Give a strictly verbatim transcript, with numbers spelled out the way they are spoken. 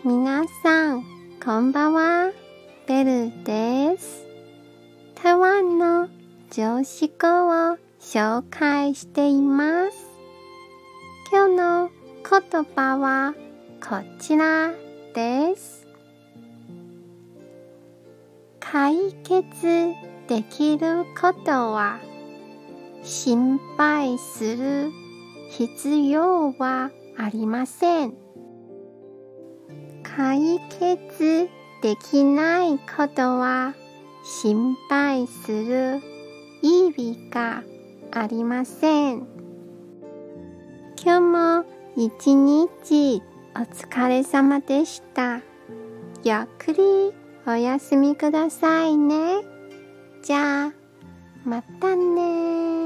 皆さん、こんばんは。ベルです。台湾の常識語を紹介しています。今日の言葉はこちらです。解決できることは心配する必要はありません。解決できないことは心配する意味がありません。今日も一日お疲れ様でした。ゆっくりお休みくださいね。じゃあ、またね。